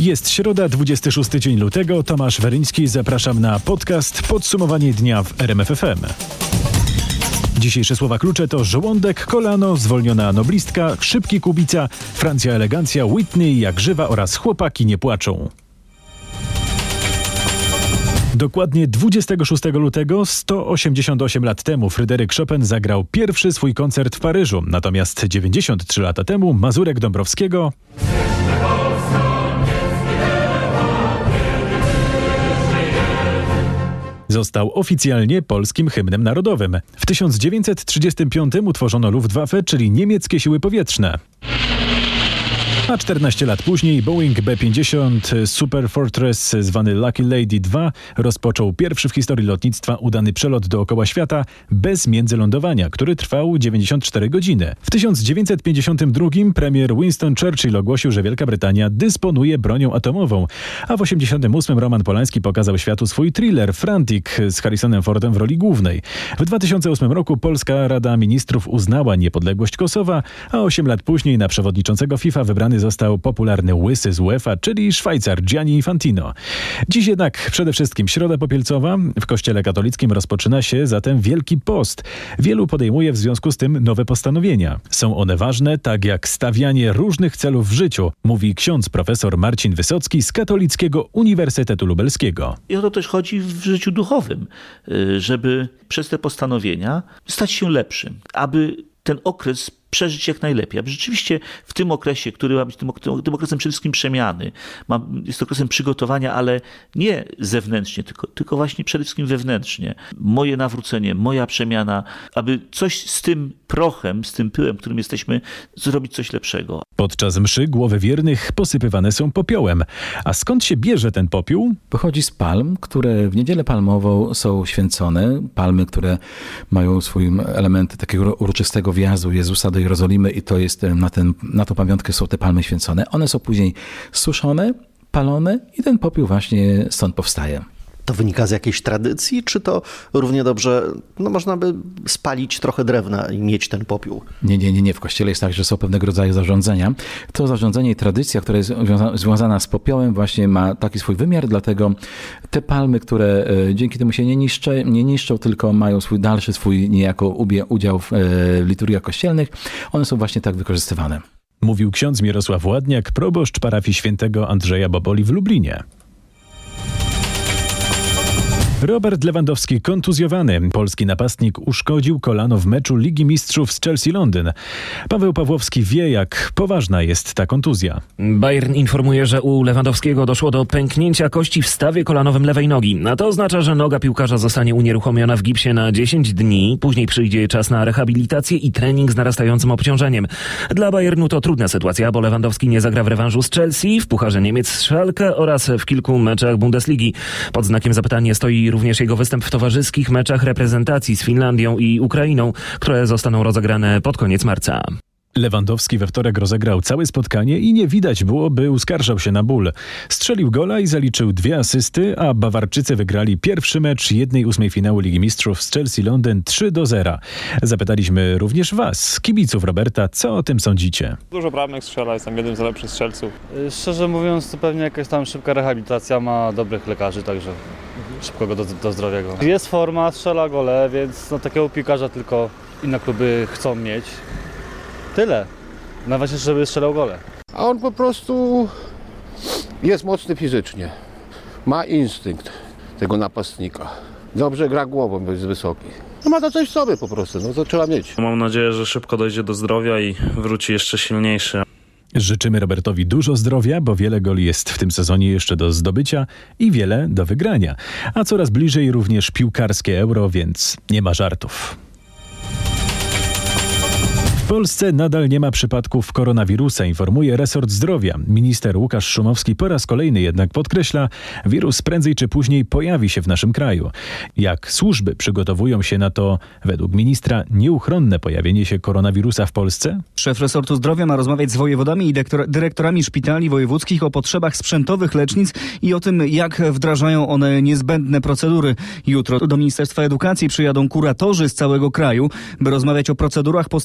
Jest środa, 26 dzień lutego. Tomasz Weryński, zapraszam na podcast Podsumowanie dnia w RMF FM. Dzisiejsze słowa klucze to żołądek, kolano, zwolniona noblistka, szybki Kubica, Francja elegancja, Whitney jak żywa oraz chłopaki nie płaczą. Dokładnie 26 lutego, 188 lat temu Fryderyk Chopin zagrał pierwszy swój koncert w Paryżu. Natomiast 93 lata temu Mazurek Dąbrowskiego został oficjalnie polskim hymnem narodowym. W 1935 utworzono Luftwaffe, czyli niemieckie siły powietrzne. A 14 lat później Boeing B-50 Super Fortress, zwany Lucky Lady 2, rozpoczął pierwszy w historii lotnictwa udany przelot dookoła świata bez międzylądowania, który trwał 94 godziny. W 1952 premier Winston Churchill ogłosił, że Wielka Brytania dysponuje bronią atomową, a w 1988 Roman Polański pokazał światu swój thriller Frantic z Harrisonem Fordem w roli głównej. W 2008 roku Polska Rada Ministrów uznała niepodległość Kosowa, a 8 lat później na przewodniczącego FIFA wybrany został popularny łysy z UEFA, czyli Szwajcar Gianni Infantino. Dziś jednak przede wszystkim Środa Popielcowa. W Kościele katolickim rozpoczyna się zatem Wielki Post. Wielu podejmuje w związku z tym nowe postanowienia. Są one ważne, tak jak stawianie różnych celów w życiu, mówi ksiądz profesor Marcin Wysocki z Katolickiego Uniwersytetu Lubelskiego. I o to też chodzi w życiu duchowym, żeby przez te postanowienia stać się lepszym, aby ten okres przeżyć jak najlepiej. Aby rzeczywiście w tym okresie, który ma być tym okresem przede wszystkim przemiany, jest okresem przygotowania, ale nie zewnętrznie, tylko właśnie przede wszystkim wewnętrznie. Moje nawrócenie, moja przemiana, aby coś z tym prochem, z tym pyłem, którym jesteśmy, zrobić coś lepszego. Podczas mszy głowy wiernych posypywane są popiołem. A skąd się bierze ten popiół? Pochodzi z palm, które w niedzielę palmową są święcone. Palmy, które mają swój element takiego uroczystego wjazdu Jezusa do Jerozolimy i to jest na tą pamiątkę są te palmy święcone. One są później suszone, palone i ten popiół właśnie stąd powstaje. To wynika z jakiejś tradycji, czy to równie dobrze można by spalić trochę drewna i mieć ten popiół? Nie. W Kościele jest tak, że są pewnego rodzaju zarządzenia. To zarządzenie i tradycja, która jest związana z popiołem, właśnie ma taki swój wymiar, dlatego te palmy, które dzięki temu się nie niszczą, tylko mają swój niejako udział w liturgiach kościelnych, one są właśnie tak wykorzystywane. Mówił ksiądz Mirosław Ładniak, proboszcz parafii świętego Andrzeja Boboli w Lublinie. Robert Lewandowski kontuzjowany. Polski napastnik uszkodził kolano w meczu Ligi Mistrzów z Chelsea Londyn. Paweł Pawłowski wie, jak poważna jest ta kontuzja. Bayern informuje, że u Lewandowskiego doszło do pęknięcia kości w stawie kolanowym lewej nogi. A to oznacza, że noga piłkarza zostanie unieruchomiona w gipsie na 10 dni. Później przyjdzie czas na rehabilitację i trening z narastającym obciążeniem. Dla Bayernu to trudna sytuacja, bo Lewandowski nie zagra w rewanżu z Chelsea, w Pucharze Niemiec z Schalke oraz w kilku meczach Bundesligi. Pod znakiem zapytania stoi również jego występ w towarzyskich meczach reprezentacji z Finlandią i Ukrainą, które zostaną rozegrane pod koniec marca. Lewandowski we wtorek rozegrał całe spotkanie i nie widać było, by uskarżał się na ból. Strzelił gola i zaliczył 2 asysty, a Bawarczycy wygrali pierwszy mecz 1/8 finału Ligi Mistrzów z Chelsea Londyn 3-0. Zapytaliśmy również was, kibiców Roberta, co o tym sądzicie? Dużo bramek strzela, jestem jednym z lepszych strzelców. Szczerze mówiąc, to pewnie jakaś tam szybka rehabilitacja, ma dobrych lekarzy, także szybko go do zdrowiego. Jest forma, strzela gole, więc takiego piłkarza tylko inne kluby chcą mieć. Tyle. Nawet żeby strzelał gole. A on po prostu jest mocny fizycznie. Ma instynkt tego napastnika. Dobrze gra głową, bo jest wysoki. Ma to coś w sobie po prostu, to trzeba mieć. Mam nadzieję, że szybko dojdzie do zdrowia i wróci jeszcze silniejszy. Życzymy Robertowi dużo zdrowia, bo wiele goli jest w tym sezonie jeszcze do zdobycia i wiele do wygrania. A coraz bliżej również piłkarskie Euro, więc nie ma żartów. W Polsce nadal nie ma przypadków koronawirusa, informuje resort zdrowia. Minister Łukasz Szumowski po raz kolejny jednak podkreśla, wirus prędzej czy później pojawi się w naszym kraju. Jak służby przygotowują się na to, według ministra, nieuchronne pojawienie się koronawirusa w Polsce? Szef resortu zdrowia ma rozmawiać z wojewodami i dyrektorami szpitali wojewódzkich o potrzebach sprzętowych lecznic i o tym, jak wdrażają one niezbędne procedury. Jutro do Ministerstwa Edukacji przyjadą kuratorzy z całego kraju, by rozmawiać o procedurach postępowania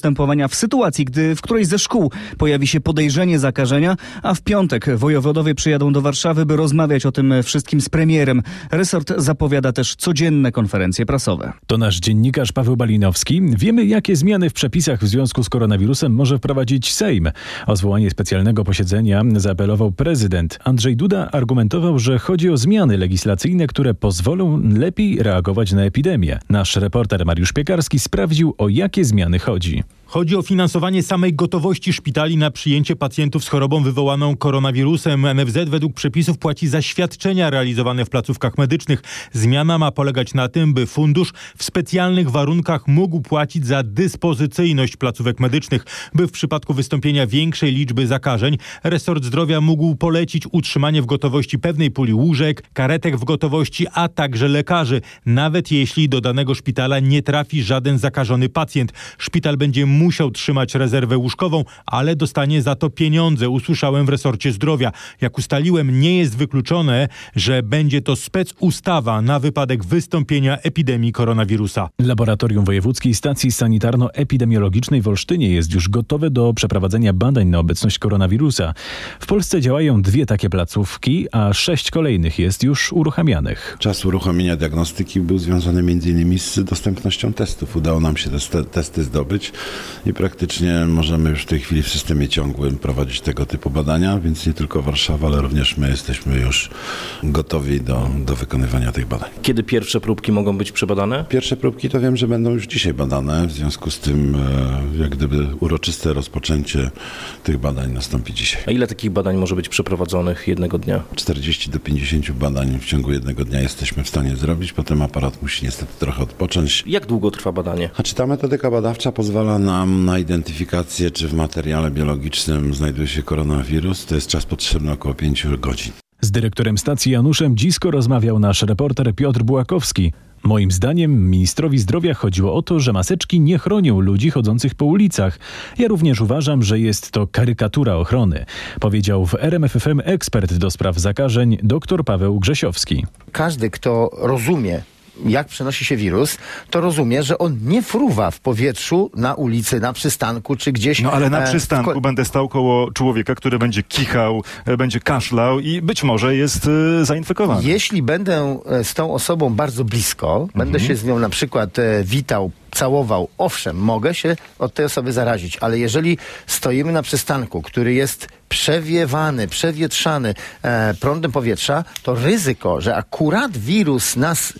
w sytuacji, gdy w którejś ze szkół pojawi się podejrzenie zakażenia, a w piątek wojewodowie przyjadą do Warszawy, by rozmawiać o tym wszystkim z premierem. Resort zapowiada też codzienne konferencje prasowe. To nasz dziennikarz Paweł Balinowski. Wiemy, jakie zmiany w przepisach w związku z koronawirusem może wprowadzić Sejm. O zwołanie specjalnego posiedzenia zaapelował prezydent. Andrzej Duda argumentował, że chodzi o zmiany legislacyjne, które pozwolą lepiej reagować na epidemię. Nasz reporter Mariusz Piekarski sprawdził, o jakie zmiany chodzi. Chodzi o finansowanie samej gotowości szpitali na przyjęcie pacjentów z chorobą wywołaną koronawirusem. NFZ według przepisów płaci za świadczenia realizowane w placówkach medycznych. Zmiana ma polegać na tym, by fundusz w specjalnych warunkach mógł płacić za dyspozycyjność placówek medycznych, by w przypadku wystąpienia większej liczby zakażeń resort zdrowia mógł polecić utrzymanie w gotowości pewnej puli łóżek, karetek w gotowości, a także lekarzy, nawet jeśli do danego szpitala nie trafi żaden zakażony pacjent. Szpital będzie musiał trzymać rezerwę łóżkową, ale dostanie za to pieniądze, usłyszałem w resorcie zdrowia. Jak ustaliłem, nie jest wykluczone, że będzie to specustawa na wypadek wystąpienia epidemii koronawirusa. Laboratorium Wojewódzkiej Stacji Sanitarno-Epidemiologicznej w Olsztynie jest już gotowe do przeprowadzenia badań na obecność koronawirusa. W Polsce działają 2 takie placówki, a 6 kolejnych jest już uruchamianych. Czas uruchomienia diagnostyki był związany m.in. z dostępnością testów. Udało nam się te testy zdobyć i praktycznie możemy już w tej chwili w systemie ciągłym prowadzić tego typu badania, więc nie tylko Warszawa, ale również my jesteśmy już gotowi do wykonywania tych badań. Kiedy pierwsze próbki mogą być przebadane? Pierwsze próbki to wiem, że będą już dzisiaj badane, w związku z tym jak gdyby uroczyste rozpoczęcie tych badań nastąpi dzisiaj. A ile takich badań może być przeprowadzonych jednego dnia? 40 do 50 badań w ciągu jednego dnia jesteśmy w stanie zrobić, potem aparat musi niestety trochę odpocząć. Jak długo trwa badanie? Ta metodyka badawcza pozwala nam na identyfikację, czy w materiale biologicznym znajduje się koronawirus. To jest czas potrzebny około 5 godzin. Z dyrektorem stacji Januszem Dzisko rozmawiał nasz reporter Piotr Bułakowski. Moim zdaniem ministrowi zdrowia chodziło o to, że maseczki nie chronią ludzi chodzących po ulicach. Ja również uważam, że jest to karykatura ochrony, powiedział w RMF FM ekspert do spraw zakażeń dr Paweł Grzesiowski. Każdy, kto rozumie, jak przenosi się wirus, to rozumie, że on nie fruwa w powietrzu, na ulicy, na przystanku, czy gdzieś... No ale na przystanku będę stał koło człowieka, który będzie kichał, będzie kaszlał i być może jest zainfekowany. Jeśli będę z tą osobą bardzo blisko, będę się z nią na przykład witał, całował, owszem, mogę się od tej osoby zarazić, ale jeżeli stoimy na przystanku, który jest przewiewany, przewietrzany prądem powietrza, to ryzyko, że akurat wirus nas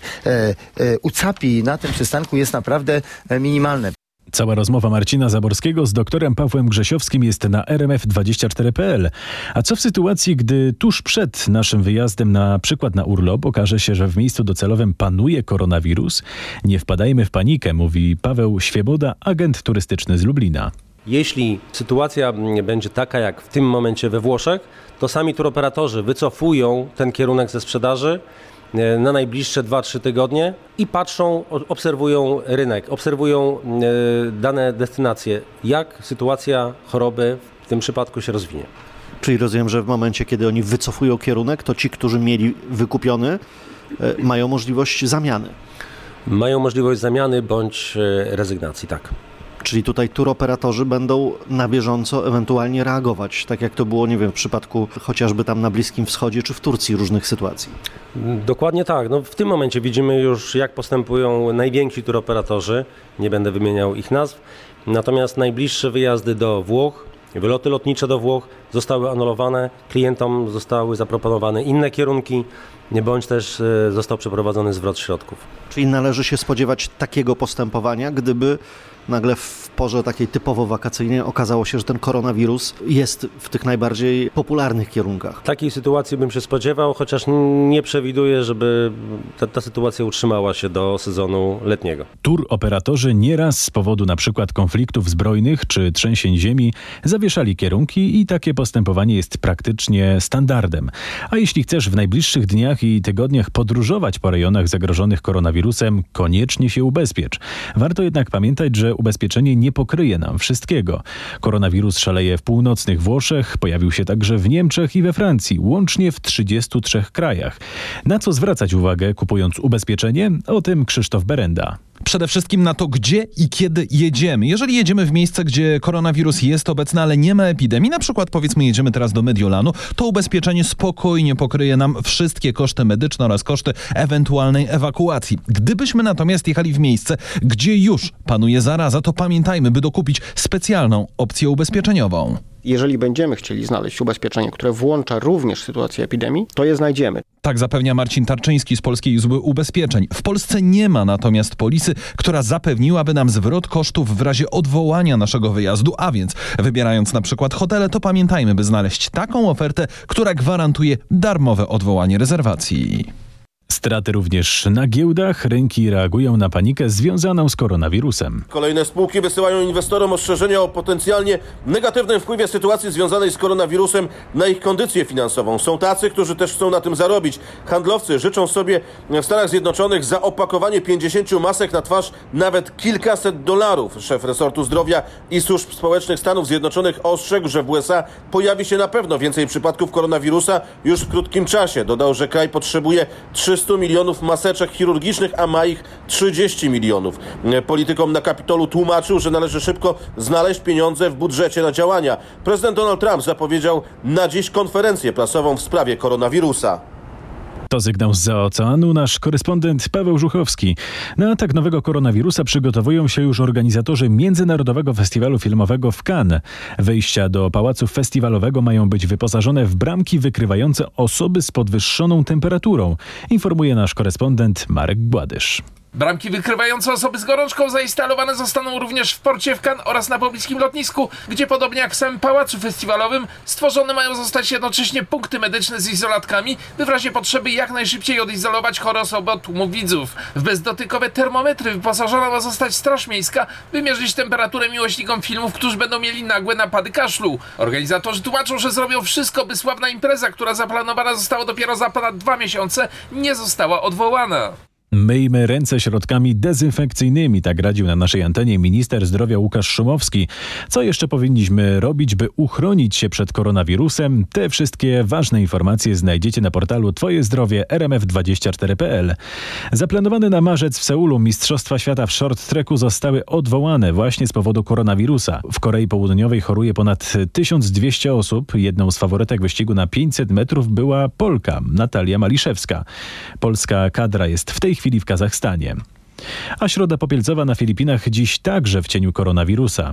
ucapi na tym przystanku jest naprawdę minimalne. Cała rozmowa Marcina Zaborskiego z doktorem Pawłem Grzesiowskim jest na rmf24.pl. A co w sytuacji, gdy tuż przed naszym wyjazdem na przykład na urlop okaże się, że w miejscu docelowym panuje koronawirus? Nie wpadajmy w panikę, mówi Paweł Świeboda, agent turystyczny z Lublina. Jeśli sytuacja będzie taka jak w tym momencie we Włoszech, to sami turoperatorzy wycofują ten kierunek ze sprzedaży na najbliższe 2-3 tygodnie i patrzą, obserwują rynek, obserwują dane destynacje, jak sytuacja choroby w tym przypadku się rozwinie. Czyli rozumiem, że w momencie, kiedy oni wycofują kierunek, to ci, którzy mieli wykupiony, mają możliwość zamiany. Mają możliwość zamiany bądź rezygnacji, tak. Czyli tutaj turoperatorzy będą na bieżąco ewentualnie reagować, tak jak to było, nie wiem, w przypadku chociażby tam na Bliskim Wschodzie czy w Turcji różnych sytuacji. Dokładnie tak. No, w tym momencie widzimy już, jak postępują najwięksi turoperatorzy. Nie będę wymieniał ich nazw. Natomiast najbliższe wyjazdy do Włoch, wyloty lotnicze do Włoch zostały anulowane. Klientom zostały zaproponowane inne kierunki, bądź też został przeprowadzony zwrot środków. Czyli należy się spodziewać takiego postępowania, gdyby nagle w porze takiej typowo wakacyjnej okazało się, że ten koronawirus jest w tych najbardziej popularnych kierunkach. Takiej sytuacji bym się spodziewał, chociaż nie przewiduję, żeby ta sytuacja utrzymała się do sezonu letniego. Turoperatorzy nieraz z powodu na przykład konfliktów zbrojnych czy trzęsień ziemi zawieszali kierunki i takie postępowanie jest praktycznie standardem. A jeśli chcesz w najbliższych dniach i tygodniach podróżować po rejonach zagrożonych koronawirusem, koniecznie się ubezpiecz. Warto jednak pamiętać, że ubezpieczenie nie pokryje nam wszystkiego. Koronawirus szaleje w północnych Włoszech, pojawił się także w Niemczech i we Francji, łącznie w 33 krajach. Na co zwracać uwagę, kupując ubezpieczenie? O tym Krzysztof Berenda. Przede wszystkim na to, gdzie i kiedy jedziemy. Jeżeli jedziemy w miejsce, gdzie koronawirus jest obecny, ale nie ma epidemii, na przykład powiedzmy jedziemy teraz do Mediolanu, to ubezpieczenie spokojnie pokryje nam wszystkie koszty medyczne oraz koszty ewentualnej ewakuacji. Gdybyśmy natomiast jechali w miejsce, gdzie już panuje zaraza, to pamiętajmy, by dokupić specjalną opcję ubezpieczeniową. Jeżeli będziemy chcieli znaleźć ubezpieczenie, które włącza również sytuację epidemii, to je znajdziemy. Tak zapewnia Marcin Tarczyński z Polskiej Izby Ubezpieczeń. W Polsce nie ma natomiast polisy, która zapewniłaby nam zwrot kosztów w razie odwołania naszego wyjazdu, a więc wybierając na przykład hotele, to pamiętajmy, by znaleźć taką ofertę, która gwarantuje darmowe odwołanie rezerwacji. Straty również na giełdach. Rynki reagują na panikę związaną z koronawirusem. Kolejne spółki wysyłają inwestorom ostrzeżenia o potencjalnie negatywnym wpływie sytuacji związanej z koronawirusem na ich kondycję finansową. Są tacy, którzy też chcą na tym zarobić. Handlowcy życzą sobie w Stanach Zjednoczonych za opakowanie 50 masek na twarz nawet kilkaset dolarów. Szef resortu zdrowia i służb społecznych Stanów Zjednoczonych ostrzegł, że w USA pojawi się na pewno więcej przypadków koronawirusa już w krótkim czasie. Dodał, że kraj potrzebuje 300 milionów maseczek chirurgicznych, a ma ich 30 milionów. Politykom na Kapitolu tłumaczył, że należy szybko znaleźć pieniądze w budżecie na działania. Prezydent Donald Trump zapowiedział na dziś konferencję prasową w sprawie koronawirusa. To sygnał zza oceanu. Nasz korespondent Paweł Żuchowski. Na atak nowego koronawirusa przygotowują się już organizatorzy Międzynarodowego Festiwalu Filmowego w Cannes. Wejścia do pałacu festiwalowego mają być wyposażone w bramki wykrywające osoby z podwyższoną temperaturą, informuje nasz korespondent Marek Gładysz. Bramki wykrywające osoby z gorączką zainstalowane zostaną również w porcie w Cannes oraz na pobliskim lotnisku, gdzie podobnie jak w samym pałacu festiwalowym stworzone mają zostać jednocześnie punkty medyczne z izolatkami, by w razie potrzeby jak najszybciej odizolować chore osoby od tłumu widzów. W bezdotykowe termometry wyposażona ma zostać Straż Miejska, by mierzyć temperaturę miłośnikom filmów, którzy będą mieli nagłe napady kaszlu. Organizatorzy tłumaczą, że zrobią wszystko, by sławna impreza, która zaplanowana została dopiero za ponad 2 miesiące, nie została odwołana. Myjmy ręce środkami dezynfekcyjnymi, tak radził na naszej antenie minister zdrowia Łukasz Szumowski. Co jeszcze powinniśmy robić, by uchronić się przed koronawirusem? Te wszystkie ważne informacje znajdziecie na portalu Twojezdrowie rmf24.pl. Zaplanowane na marzec w Seulu Mistrzostwa Świata w short tracku zostały odwołane właśnie z powodu koronawirusa. W Korei Południowej choruje ponad 1200 osób. Jedną z faworytek wyścigu na 500 metrów była Polka Natalia Maliszewska. Polska kadra jest w tej chwili w Kazachstanie. A środa popielcowa na Filipinach dziś także w cieniu koronawirusa.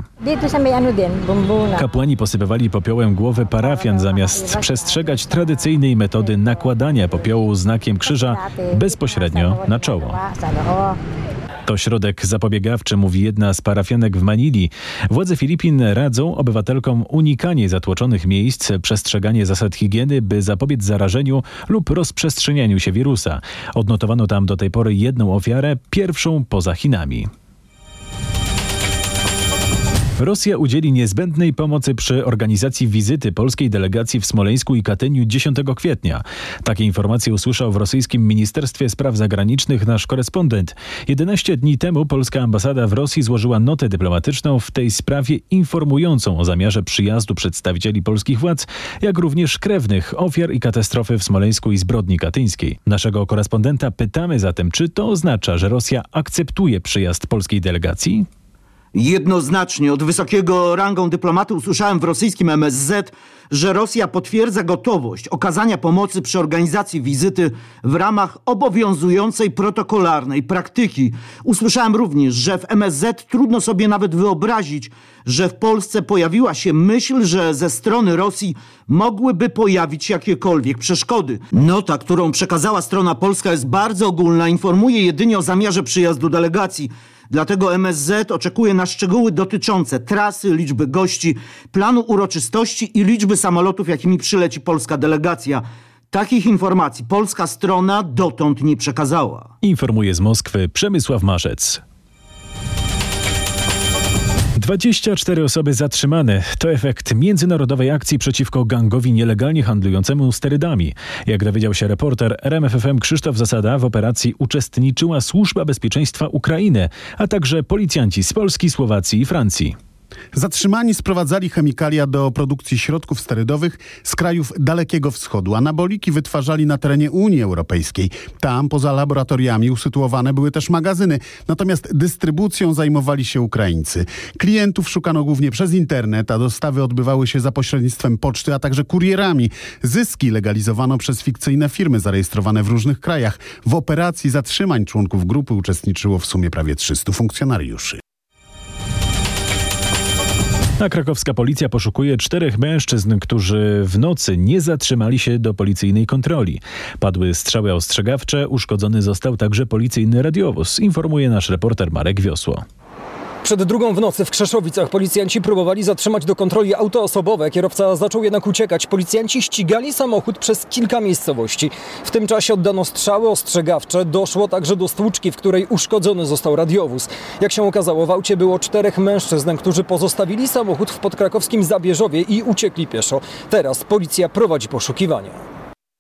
Kapłani posypywali popiołem głowy parafian zamiast przestrzegać tradycyjnej metody nakładania popiołu znakiem krzyża bezpośrednio na czoło. To środek zapobiegawczy, mówi jedna z parafianek w Manili. Władze Filipin radzą obywatelkom unikanie zatłoczonych miejsc, przestrzeganie zasad higieny, by zapobiec zarażeniu lub rozprzestrzenianiu się wirusa. Odnotowano tam do tej pory jedną ofiarę, pierwszą poza Chinami. Rosja udzieli niezbędnej pomocy przy organizacji wizyty polskiej delegacji w Smoleńsku i Katyniu 10 kwietnia. Takie informacje usłyszał w rosyjskim Ministerstwie Spraw Zagranicznych nasz korespondent. 11 dni temu polska ambasada w Rosji złożyła notę dyplomatyczną w tej sprawie informującą o zamiarze przyjazdu przedstawicieli polskich władz, jak również krewnych ofiar i katastrofy w Smoleńsku i zbrodni katyńskiej. Naszego korespondenta pytamy zatem, czy to oznacza, że Rosja akceptuje przyjazd polskiej delegacji? Jednoznacznie od wysokiego rangą dyplomaty usłyszałem w rosyjskim MSZ, że Rosja potwierdza gotowość okazania pomocy przy organizacji wizyty w ramach obowiązującej protokolarnej praktyki. Usłyszałem również, że w MSZ trudno sobie nawet wyobrazić, że w Polsce pojawiła się myśl, że ze strony Rosji mogłyby pojawić się jakiekolwiek przeszkody. Nota, którą przekazała strona polska, jest bardzo ogólna, informuje jedynie o zamiarze przyjazdu delegacji. Dlatego MSZ oczekuje na szczegóły dotyczące trasy, liczby gości, planu uroczystości i liczby samolotów, jakimi przyleci polska delegacja. Takich informacji polska strona dotąd nie przekazała. Informuje z Moskwy Przemysław Marzec. 24 osoby zatrzymane. To efekt międzynarodowej akcji przeciwko gangowi nielegalnie handlującemu sterydami. Jak dowiedział się reporter RMF FM Krzysztof Zasada, w operacji uczestniczyła Służba Bezpieczeństwa Ukrainy, a także policjanci z Polski, Słowacji i Francji. Zatrzymani sprowadzali chemikalia do produkcji środków sterydowych z krajów Dalekiego Wschodu. Anaboliki wytwarzali na terenie Unii Europejskiej. Tam poza laboratoriami usytuowane były też magazyny. Natomiast dystrybucją zajmowali się Ukraińcy. Klientów szukano głównie przez internet, a dostawy odbywały się za pośrednictwem poczty, a także kurierami. Zyski legalizowano przez fikcyjne firmy zarejestrowane w różnych krajach. W operacji zatrzymań członków grupy uczestniczyło w sumie prawie 300 funkcjonariuszy. A krakowska policja poszukuje 4 mężczyzn, którzy w nocy nie zatrzymali się do policyjnej kontroli. Padły strzały ostrzegawcze, uszkodzony został także policyjny radiowóz, informuje nasz reporter Marek Wiosło. Przed 2 w nocy w Krzeszowicach policjanci próbowali zatrzymać do kontroli auto osobowe. Kierowca zaczął jednak uciekać. Policjanci ścigali samochód przez kilka miejscowości. W tym czasie oddano strzały ostrzegawcze. Doszło także do stłuczki, w której uszkodzony został radiowóz. Jak się okazało, w aucie było 4 mężczyzn, którzy pozostawili samochód w podkrakowskim Zabierzowie i uciekli pieszo. Teraz policja prowadzi poszukiwania.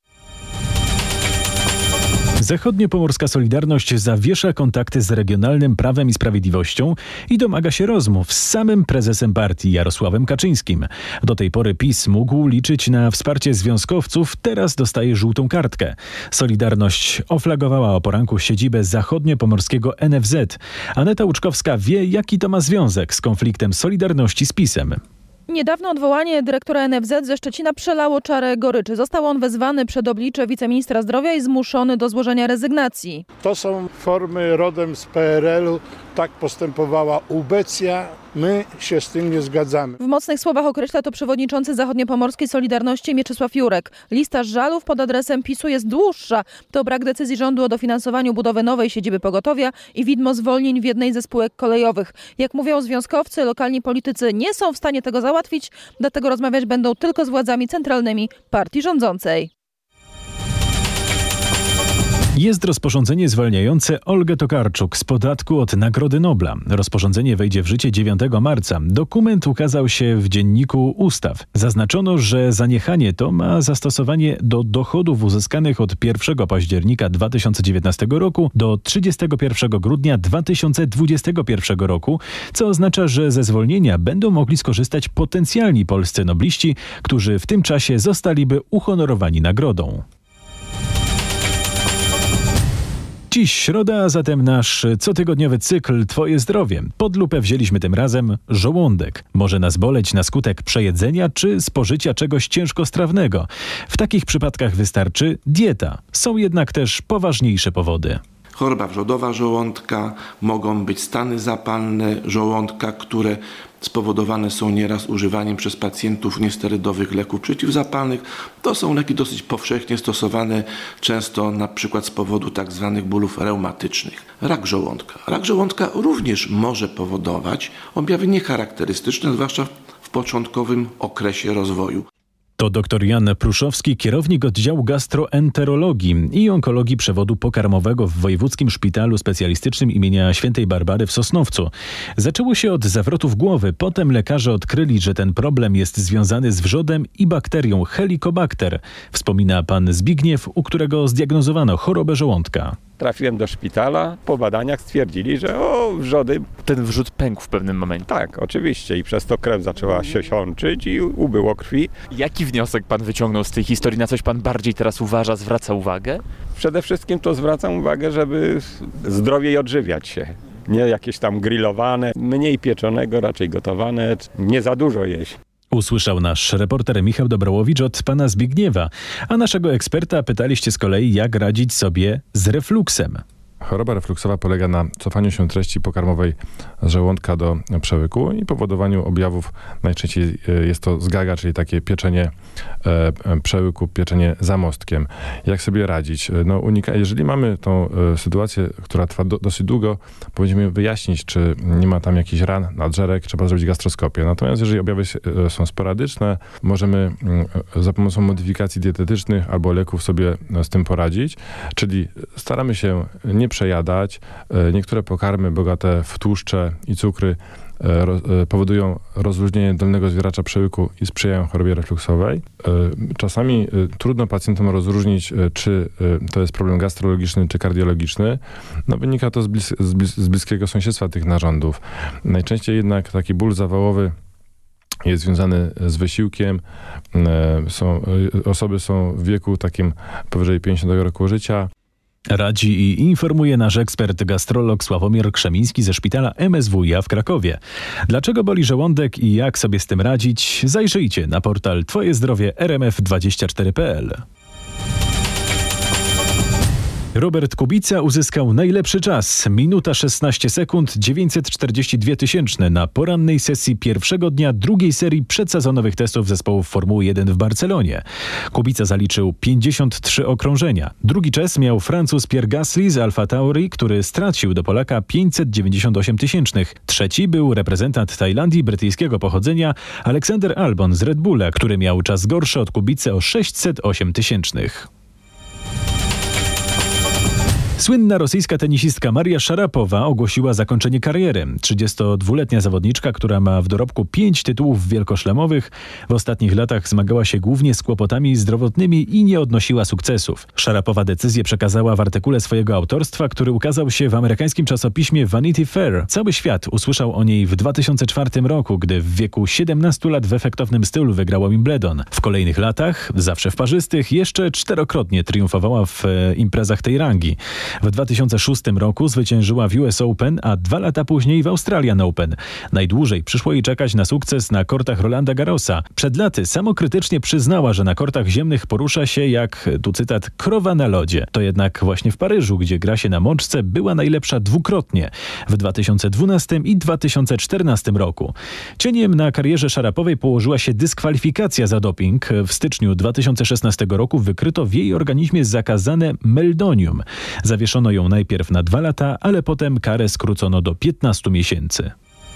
Zachodniopomorska Solidarność zawiesza kontakty z Regionalnym Prawem i Sprawiedliwością i domaga się rozmów z samym prezesem partii Jarosławem Kaczyńskim. Do tej pory PiS mógł liczyć na wsparcie związkowców, teraz dostaje żółtą kartkę. Solidarność oflagowała o poranku siedzibę zachodniopomorskiego NFZ. Aneta Łuczkowska wie, jaki to ma związek z konfliktem Solidarności z PiS-em. Niedawno odwołanie dyrektora NFZ ze Szczecina przelało czarę goryczy. Został on wezwany przed oblicze wiceministra zdrowia i zmuszony do złożenia rezygnacji. To są formy rodem z PRL-u. Tak postępowała ubecja. My się z tym nie zgadzamy. W mocnych słowach określa to przewodniczący Zachodniopomorskiej Solidarności Mieczysław Jurek. Lista żalów pod adresem PiS-u jest dłuższa. To brak decyzji rządu o dofinansowaniu budowy nowej siedziby pogotowia i widmo zwolnień w jednej ze spółek kolejowych. Jak mówią związkowcy, lokalni politycy nie są w stanie tego załatwić, dlatego rozmawiać będą tylko z władzami centralnymi partii rządzącej. Jest rozporządzenie zwalniające Olgę Tokarczuk z podatku od Nagrody Nobla. Rozporządzenie wejdzie w życie 9 marca. Dokument ukazał się w Dzienniku Ustaw. Zaznaczono, że zaniechanie to ma zastosowanie do dochodów uzyskanych od 1 października 2019 roku do 31 grudnia 2021 roku, co oznacza, że ze zwolnienia będą mogli skorzystać potencjalni polscy nobliści, którzy w tym czasie zostaliby uhonorowani nagrodą. Dziś środa, a zatem nasz cotygodniowy cykl Twoje zdrowie. Pod lupę wzięliśmy tym razem żołądek. Może nas boleć na skutek przejedzenia czy spożycia czegoś ciężkostrawnego. W takich przypadkach wystarczy dieta. Są jednak też poważniejsze powody. Choroba wrzodowa żołądka, mogą być stany zapalne żołądka, które spowodowane są nieraz używaniem przez pacjentów niesterydowych leków przeciwzapalnych. To są leki dosyć powszechnie stosowane, często na przykład z powodu tak zwanych bólów reumatycznych. Rak żołądka. Rak żołądka również może powodować objawy niecharakterystyczne, zwłaszcza w początkowym okresie rozwoju. To dr Jan Pruszowski, kierownik oddziału gastroenterologii i onkologii przewodu pokarmowego w Wojewódzkim Szpitalu Specjalistycznym imienia Świętej Barbary w Sosnowcu. Zaczęło się od zawrotów głowy, potem lekarze odkryli, że ten problem jest związany z wrzodem i bakterią Helicobacter, wspomina pan Zbigniew, u którego zdiagnozowano chorobę żołądka. Trafiłem do szpitala, po badaniach stwierdzili, że wrzody... Ten wrzód pękł w pewnym momencie. Tak, oczywiście i przez to krew zaczęła się siączyć i ubyło krwi. Jaki wniosek pan wyciągnął z tej historii? Na coś pan bardziej teraz uważa, zwraca uwagę? Przede wszystkim to zwracam uwagę, żeby zdrowiej odżywiać się. Nie jakieś tam grillowane, mniej pieczonego, raczej gotowane, nie za dużo jeść. Usłyszał nasz reporter Michał Dobrołowicz od pana Zbigniewa, a naszego eksperta pytaliście z kolei, jak radzić sobie z refluksem. Choroba refluksowa polega na cofaniu się treści pokarmowej z żołądka do przełyku i powodowaniu objawów. Najczęściej jest to zgaga, czyli takie pieczenie przełyku, pieczenie zamostkiem. Jak sobie radzić? Jeżeli mamy tą sytuację, która trwa dosyć długo, powinniśmy wyjaśnić, czy nie ma tam jakichś ran, nadżerek, trzeba zrobić gastroskopię. Natomiast jeżeli objawy są sporadyczne, możemy za pomocą modyfikacji dietetycznych albo leków sobie z tym poradzić, czyli staramy się nie przejadać. Niektóre pokarmy bogate w tłuszcze i cukry powodują rozluźnienie dolnego zwieracza przełyku i sprzyjają chorobie refluksowej. Czasami trudno pacjentom rozróżnić, czy to jest problem gastrologiczny, czy kardiologiczny. No, wynika to z bliskiego sąsiedztwa tych narządów. Najczęściej jednak taki ból zawałowy jest związany z wysiłkiem. Osoby są w wieku takim powyżej 50 roku życia. Radzi i informuje nasz ekspert gastrolog Sławomir Krzemiński ze szpitala MSWiA w Krakowie. Dlaczego boli żołądek i jak sobie z tym radzić? Zajrzyjcie na portal Twojezdrowie rmf24.pl. Robert Kubica uzyskał najlepszy czas. Minuta 16 sekund 942 tysięczne na porannej sesji pierwszego dnia drugiej serii przedsezonowych testów zespołów Formuły 1 w Barcelonie. Kubica zaliczył 53 okrążenia. Drugi czas miał Francuz Pierre Gasly z Alfa Tauri, który stracił do Polaka 598 tysięcznych. Trzeci był reprezentant Tajlandii brytyjskiego pochodzenia Aleksander Albon z Red Bulla, który miał czas gorszy od Kubicy o 608 tysięcznych. Słynna rosyjska tenisistka Maria Szarapowa ogłosiła zakończenie kariery. 32-letnia zawodniczka, która ma w dorobku 5 tytułów wielkoszlemowych, w ostatnich latach zmagała się głównie z kłopotami zdrowotnymi i nie odnosiła sukcesów. Szarapowa decyzję przekazała w artykule swojego autorstwa, który ukazał się w amerykańskim czasopiśmie Vanity Fair. Cały świat usłyszał o niej w 2004 roku, gdy w wieku 17 lat w efektownym stylu wygrała Wimbledon. W kolejnych latach, zawsze w parzystych, jeszcze 4-krotnie triumfowała w imprezach tej rangi. W 2006 roku zwyciężyła w US Open, a 2 lata później w Australian Open. Najdłużej przyszło jej czekać na sukces na kortach Rolanda Garrosa. Przed laty samokrytycznie przyznała, że na kortach ziemnych porusza się jak, tu cytat, krowa na lodzie. To jednak właśnie w Paryżu, gdzie gra się na mączce, była najlepsza dwukrotnie. W 2012 i 2014 roku. Cieniem na karierze Szarapowej położyła się dyskwalifikacja za doping. W styczniu 2016 roku wykryto w jej organizmie zakazane meldonium. Zawieszono ją najpierw na 2 lata, ale potem karę skrócono do 15 miesięcy.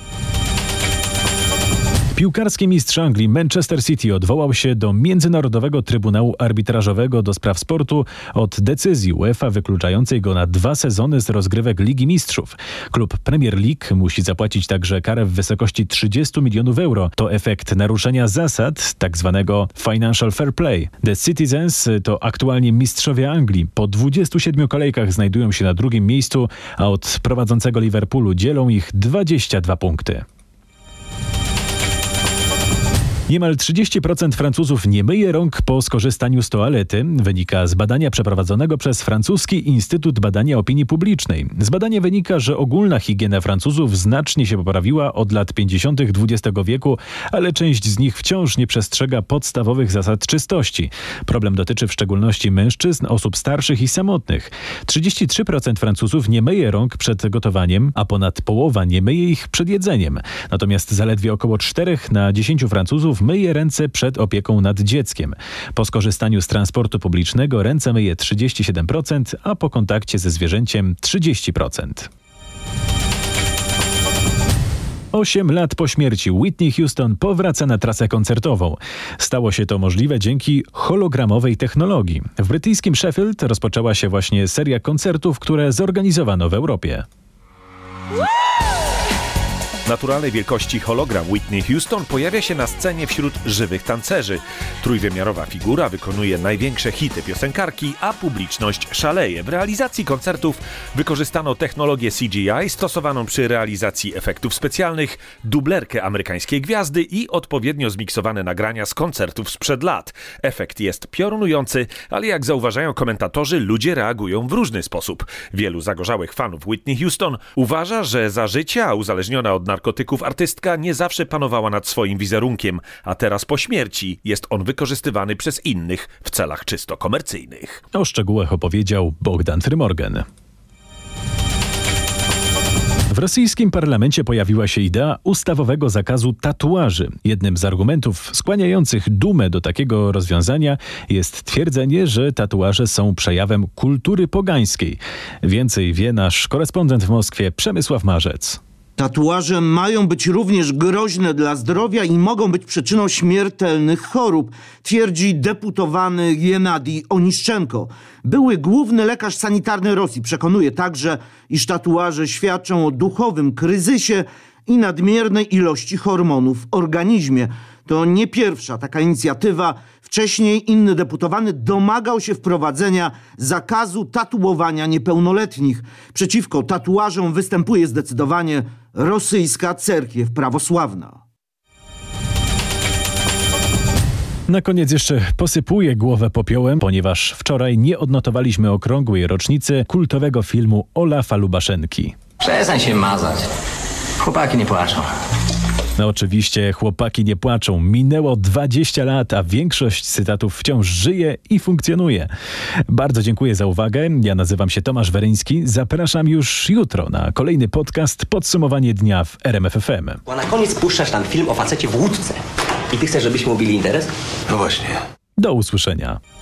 Piłkarski mistrz Anglii Manchester City odwołał się do Międzynarodowego Trybunału Arbitrażowego do Spraw Sportu od decyzji UEFA wykluczającej go na 2 sezony z rozgrywek Ligi Mistrzów. Klub Premier League musi zapłacić także karę w wysokości 30 milionów euro. To efekt naruszenia zasad tzw. Financial Fair Play. The Citizens to aktualnie mistrzowie Anglii. Po 27 kolejkach znajdują się na drugim miejscu, a od prowadzącego Liverpoolu dzielą ich 22 punkty. Niemal 30% Francuzów nie myje rąk po skorzystaniu z toalety, wynika z badania przeprowadzonego przez francuski Instytut Badania Opinii Publicznej. Z badania wynika, że ogólna higiena Francuzów znacznie się poprawiła od lat 50. XX wieku, ale część z nich wciąż nie przestrzega podstawowych zasad czystości. Problem dotyczy w szczególności mężczyzn, osób starszych i samotnych. 33% Francuzów nie myje rąk przed gotowaniem, a ponad połowa nie myje ich przed jedzeniem. Natomiast zaledwie około 4 na 10 Francuzów myje ręce przed opieką nad dzieckiem. Po skorzystaniu z transportu publicznego ręce myje 37%, a po kontakcie ze zwierzęciem 30%. 8 lat po śmierci Whitney Houston powraca na trasę koncertową. Stało się to możliwe dzięki hologramowej technologii. W brytyjskim Sheffield rozpoczęła się właśnie seria koncertów, które zorganizowano w Europie. Naturalnej wielkości hologram Whitney Houston pojawia się na scenie wśród żywych tancerzy. Trójwymiarowa figura wykonuje największe hity piosenkarki, a publiczność szaleje. W realizacji koncertów wykorzystano technologię CGI stosowaną przy realizacji efektów specjalnych, dublerkę amerykańskiej gwiazdy i odpowiednio zmiksowane nagrania z koncertów sprzed lat. Efekt jest piorunujący, ale jak zauważają komentatorzy, ludzie reagują w różny sposób. Wielu zagorzałych fanów Whitney Houston uważa, że za życia uzależniona od narkotyków artystka nie zawsze panowała nad swoim wizerunkiem, a teraz po śmierci jest on wykorzystywany przez innych w celach czysto komercyjnych. O szczegółach opowiedział Bogdan Frymorgan. W rosyjskim parlamencie pojawiła się idea ustawowego zakazu tatuaży. Jednym z argumentów skłaniających Dumę do takiego rozwiązania jest twierdzenie, że tatuaże są przejawem kultury pogańskiej. Więcej wie nasz korespondent w Moskwie Przemysław Marzec. Tatuaże mają być również groźne dla zdrowia i mogą być przyczyną śmiertelnych chorób, twierdzi deputowany Gennadij Oniszczenko. Były główny lekarz sanitarny Rosji przekonuje także, iż tatuaże świadczą o duchowym kryzysie i nadmiernej ilości hormonów w organizmie. To nie pierwsza taka inicjatywa. Wcześniej inny deputowany domagał się wprowadzenia zakazu tatuowania niepełnoletnich. Przeciwko tatuażom występuje zdecydowanie rosyjska cerkiew prawosławna. Na koniec jeszcze posypuję głowę popiołem, ponieważ wczoraj nie odnotowaliśmy okrągłej rocznicy kultowego filmu Olafa Lubaszenki. Przestań się mazać. Chłopaki nie płaczą. No oczywiście chłopaki nie płaczą. Minęło 20 lat, a większość cytatów wciąż żyje i funkcjonuje. Bardzo dziękuję za uwagę. Ja nazywam się Tomasz Weryński. Zapraszam już jutro na kolejny podcast Podsumowanie dnia w RMF FM. A na koniec puszczasz tam film o facecie w łódce. I ty chcesz, żebyśmy ubili interes? No właśnie. Do usłyszenia.